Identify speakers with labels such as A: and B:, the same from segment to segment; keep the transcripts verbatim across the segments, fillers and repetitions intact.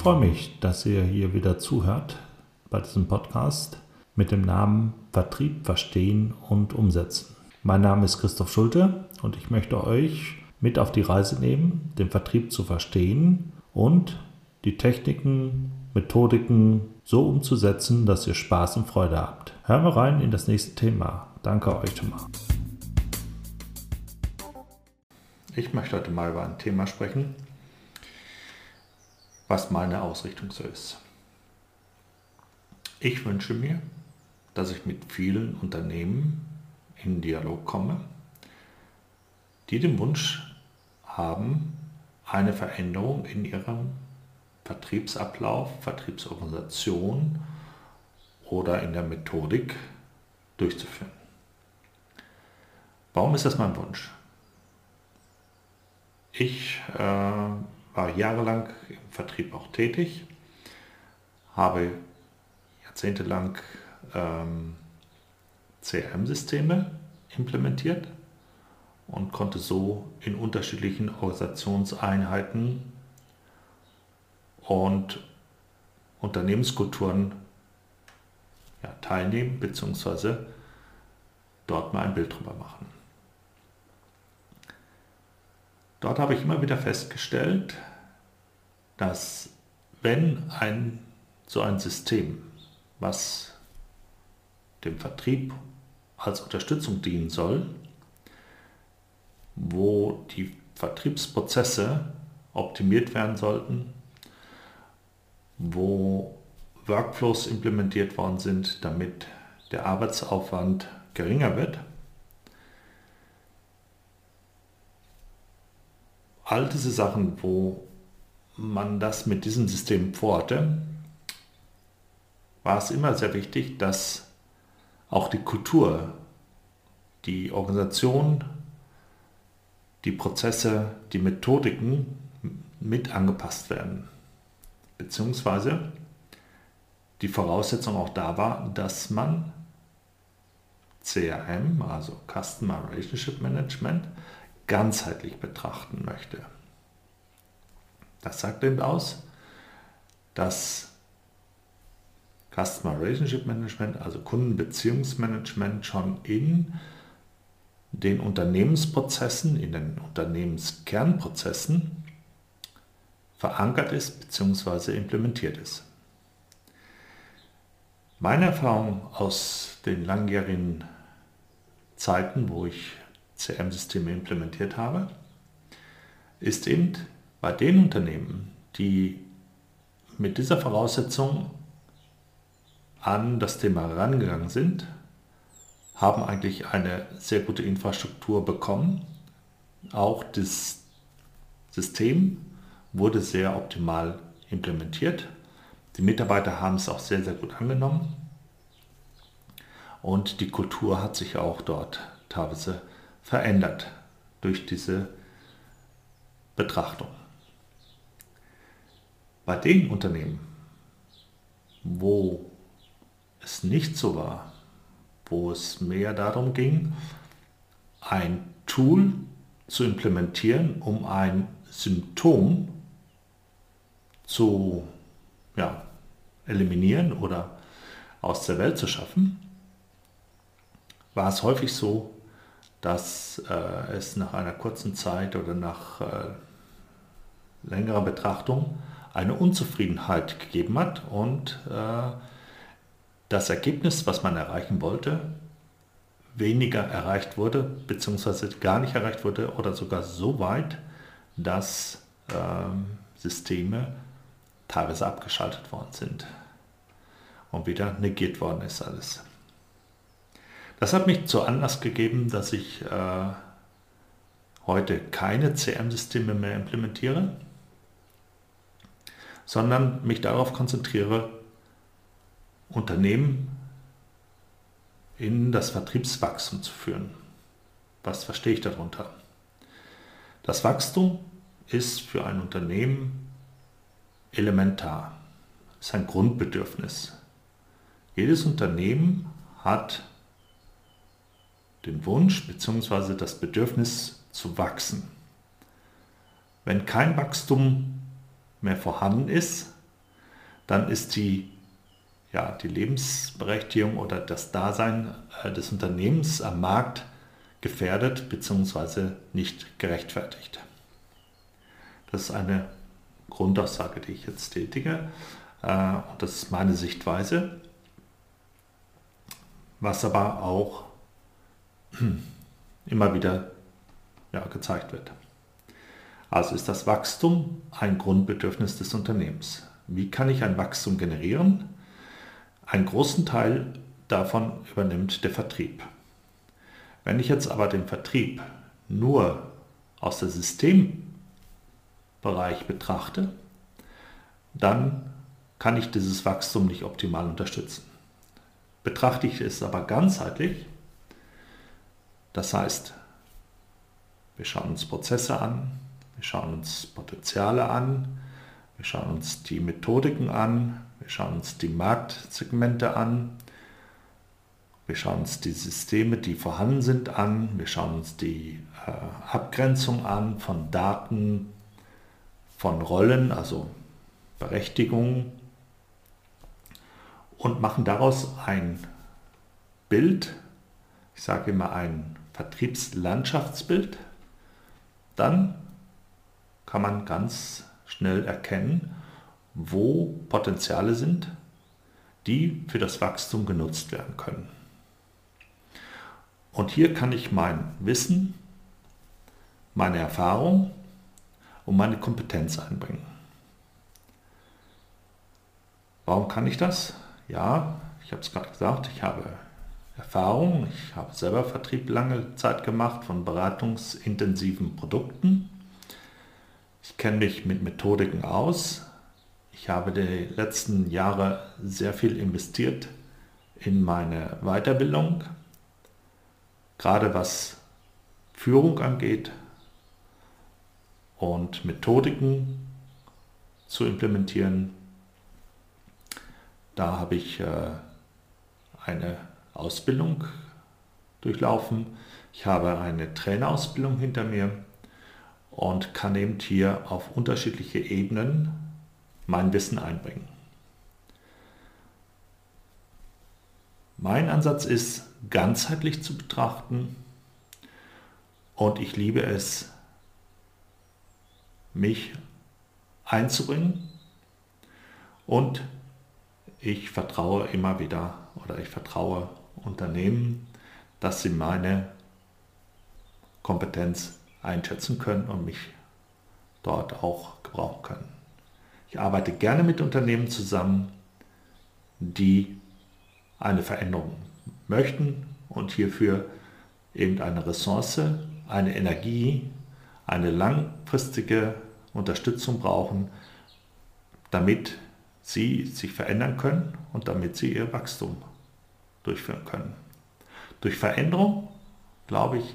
A: freue mich, dass ihr hier wieder zuhört bei diesem Podcast mit dem Namen Vertrieb verstehen und umsetzen. Mein Name ist Christoph Schulte und ich möchte euch mit auf die Reise nehmen, den Vertrieb zu verstehen und die Techniken, Methodiken so umzusetzen, dass ihr Spaß und Freude habt. Hören wir rein in das nächste Thema. Danke euch schon mal. Ich möchte heute mal über ein Thema sprechen, was meine Ausrichtung so ist. Ich wünsche mir, dass ich mit vielen Unternehmen in Dialog komme, die den Wunsch haben, eine Veränderung in ihrem Vertriebsablauf, Vertriebsorganisation oder in der Methodik durchzuführen. Warum ist das mein Wunsch? Ich äh, war jahrelang im Vertrieb auch tätig, habe jahrzehntelang ähm, C R M-Systeme implementiert und konnte so in unterschiedlichen Organisationseinheiten und Unternehmenskulturen ja, teilnehmen bzw. dort mal ein Bild drüber machen. Dort habe ich immer wieder festgestellt, dass wenn ein so ein System, was dem Vertrieb als Unterstützung dienen soll, wo die Vertriebsprozesse optimiert werden sollten, wo Workflows implementiert worden sind, damit der Arbeitsaufwand geringer wird, all diese Sachen, wo man das mit diesem System vorhatte, war es immer sehr wichtig, dass auch die Kultur, die Organisation, die Prozesse, die Methodiken mit angepasst werden. Beziehungsweise die Voraussetzung auch da war, dass man C R M, also Customer Relationship Management, ganzheitlich betrachten möchte. Das sagt eben aus, dass Customer Relationship Management, also Kundenbeziehungsmanagement, schon in den Unternehmensprozessen, in den Unternehmenskernprozessen verankert ist bzw. implementiert ist. Meine Erfahrung aus den langjährigen Zeiten, wo ich C R M-Systeme implementiert habe, ist eben bei den Unternehmen, die mit dieser Voraussetzung an das Thema herangegangen sind, haben eigentlich eine sehr gute Infrastruktur bekommen. Auch das System wurde sehr optimal implementiert. Die Mitarbeiter haben es auch sehr, sehr gut angenommen. Und die Kultur hat sich auch dort teilweise verändert durch diese Betrachtung. Bei den Unternehmen, wo es nicht so war, wo es mehr darum ging, ein Tool zu implementieren, um ein Symptom zu ja, eliminieren oder aus der Welt zu schaffen, war es häufig so, dass äh, es nach einer kurzen Zeit oder nach äh, längerer Betrachtung eine Unzufriedenheit gegeben hat und äh, das Ergebnis, was man erreichen wollte, weniger erreicht wurde, beziehungsweise gar nicht erreicht wurde oder sogar so weit, dass ähm, Systeme teilweise abgeschaltet worden sind und wieder negiert worden ist alles. Das hat mich zu Anlass gegeben, dass ich äh, heute keine C R M-Systeme mehr implementiere, sondern mich darauf konzentriere, Unternehmen in das Vertriebswachstum zu führen. Was verstehe ich darunter? Das Wachstum ist für ein Unternehmen elementar, ist ein Grundbedürfnis. Jedes Unternehmen hat den Wunsch bzw. das Bedürfnis zu wachsen. Wenn kein Wachstum mehr vorhanden ist, dann ist die, ja, die Lebensberechtigung oder das Dasein äh, des Unternehmens am Markt gefährdet bzw. nicht gerechtfertigt. Das ist eine Grundaussage, die ich jetzt tätige. Äh, und das ist meine Sichtweise, was aber auch immer wieder ja, gezeigt wird. Also ist das Wachstum ein Grundbedürfnis des Unternehmens. Wie kann ich ein Wachstum generieren? Einen großen Teil davon übernimmt der Vertrieb. Wenn ich jetzt aber den Vertrieb nur aus dem Systembereich betrachte, dann kann ich dieses Wachstum nicht optimal unterstützen. Betrachte ich es aber ganzheitlich, das heißt, wir schauen uns Prozesse an, wir schauen uns Potenziale an, wir schauen uns die Methodiken an, wir schauen uns die Marktsegmente an, wir schauen uns die Systeme, die vorhanden sind, an, wir schauen uns die äh, Abgrenzung an von Daten, von Rollen, also Berechtigungen und machen daraus ein Bild, ich sage immer ein Vertriebslandschaftsbild, dann kann man ganz schnell erkennen, wo Potenziale sind, die für das Wachstum genutzt werden können. Und hier kann ich mein Wissen, meine Erfahrung und meine Kompetenz einbringen. Warum kann ich das? Ja, ich habe es gerade gesagt, ich habe Erfahrung, ich habe selber Vertrieb lange Zeit gemacht von beratungsintensiven Produkten. Ich kenne mich mit Methodiken aus. Ich habe die letzten Jahre sehr viel investiert in meine Weiterbildung, gerade was Führung angeht und Methodiken zu implementieren. Da habe ich äh, eine Ausbildung durchlaufen. Ich habe eine Trainerausbildung hinter mir und kann eben hier auf unterschiedliche Ebenen mein Wissen einbringen. Mein Ansatz ist, ganzheitlich zu betrachten und ich liebe es, mich einzubringen und ich vertraue immer wieder oder ich vertraue Unternehmen, dass sie meine Kompetenz einschätzen können und mich dort auch gebrauchen können. Ich arbeite gerne mit Unternehmen zusammen, die eine Veränderung möchten und hierfür eben eine Ressource, eine Energie, eine langfristige Unterstützung brauchen, damit sie sich verändern können und damit sie ihr Wachstum durchführen können. Durch Veränderung, glaube ich,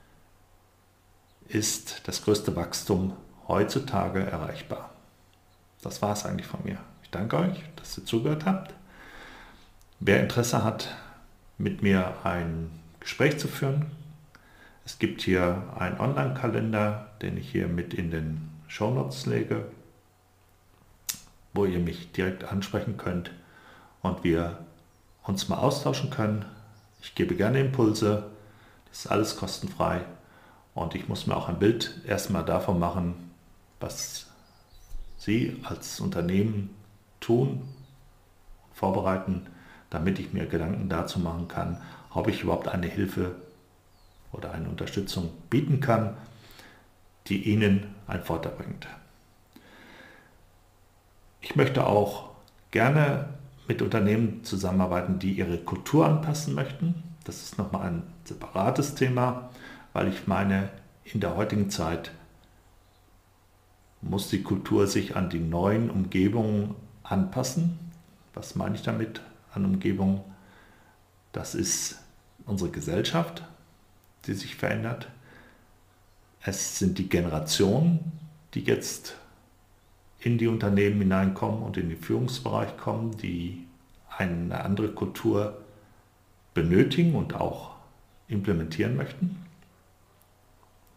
A: ist das größte Wachstum heutzutage erreichbar. Das war es eigentlich von mir. Ich danke euch, dass ihr zugehört habt. Wer Interesse hat, mit mir ein Gespräch zu führen, es gibt hier einen Online-Kalender, den ich hier mit in den Shownotes lege, wo ihr mich direkt ansprechen könnt und wir uns mal austauschen können. Ich gebe gerne Impulse, das ist alles kostenfrei und ich muss mir auch ein Bild erstmal davon machen, was Sie als Unternehmen tun und vorbereiten, damit ich mir Gedanken dazu machen kann, ob ich überhaupt eine Hilfe oder eine Unterstützung bieten kann, die Ihnen einen Vorteil bringt. Ich möchte auch gerne mit Unternehmen zusammenarbeiten, die ihre Kultur anpassen möchten. Das ist nochmal ein separates Thema, weil ich meine, in der heutigen Zeit muss die Kultur sich an die neuen Umgebungen anpassen. Was meine ich damit an Umgebung? Das ist unsere Gesellschaft, die sich verändert. Es sind die Generationen, die jetzt in die Unternehmen hineinkommen und in den Führungsbereich kommen, die eine andere Kultur benötigen und auch implementieren möchten.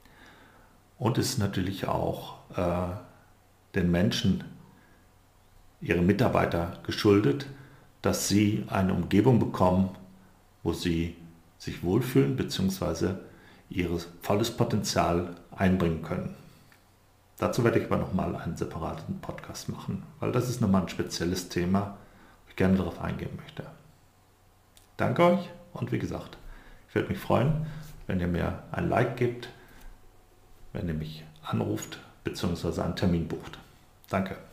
A: Und es ist natürlich auch äh, den Menschen ihre Mitarbeiter geschuldet, dass sie eine Umgebung bekommen, wo sie sich wohlfühlen bzw. ihr volles Potenzial einbringen können. Dazu werde ich aber nochmal einen separaten Podcast machen, weil das ist nochmal ein spezielles Thema, wo ich gerne darauf eingehen möchte. Danke euch und wie gesagt, ich würde mich freuen, wenn ihr mir ein Like gebt, wenn ihr mich anruft bzw. einen Termin bucht. Danke.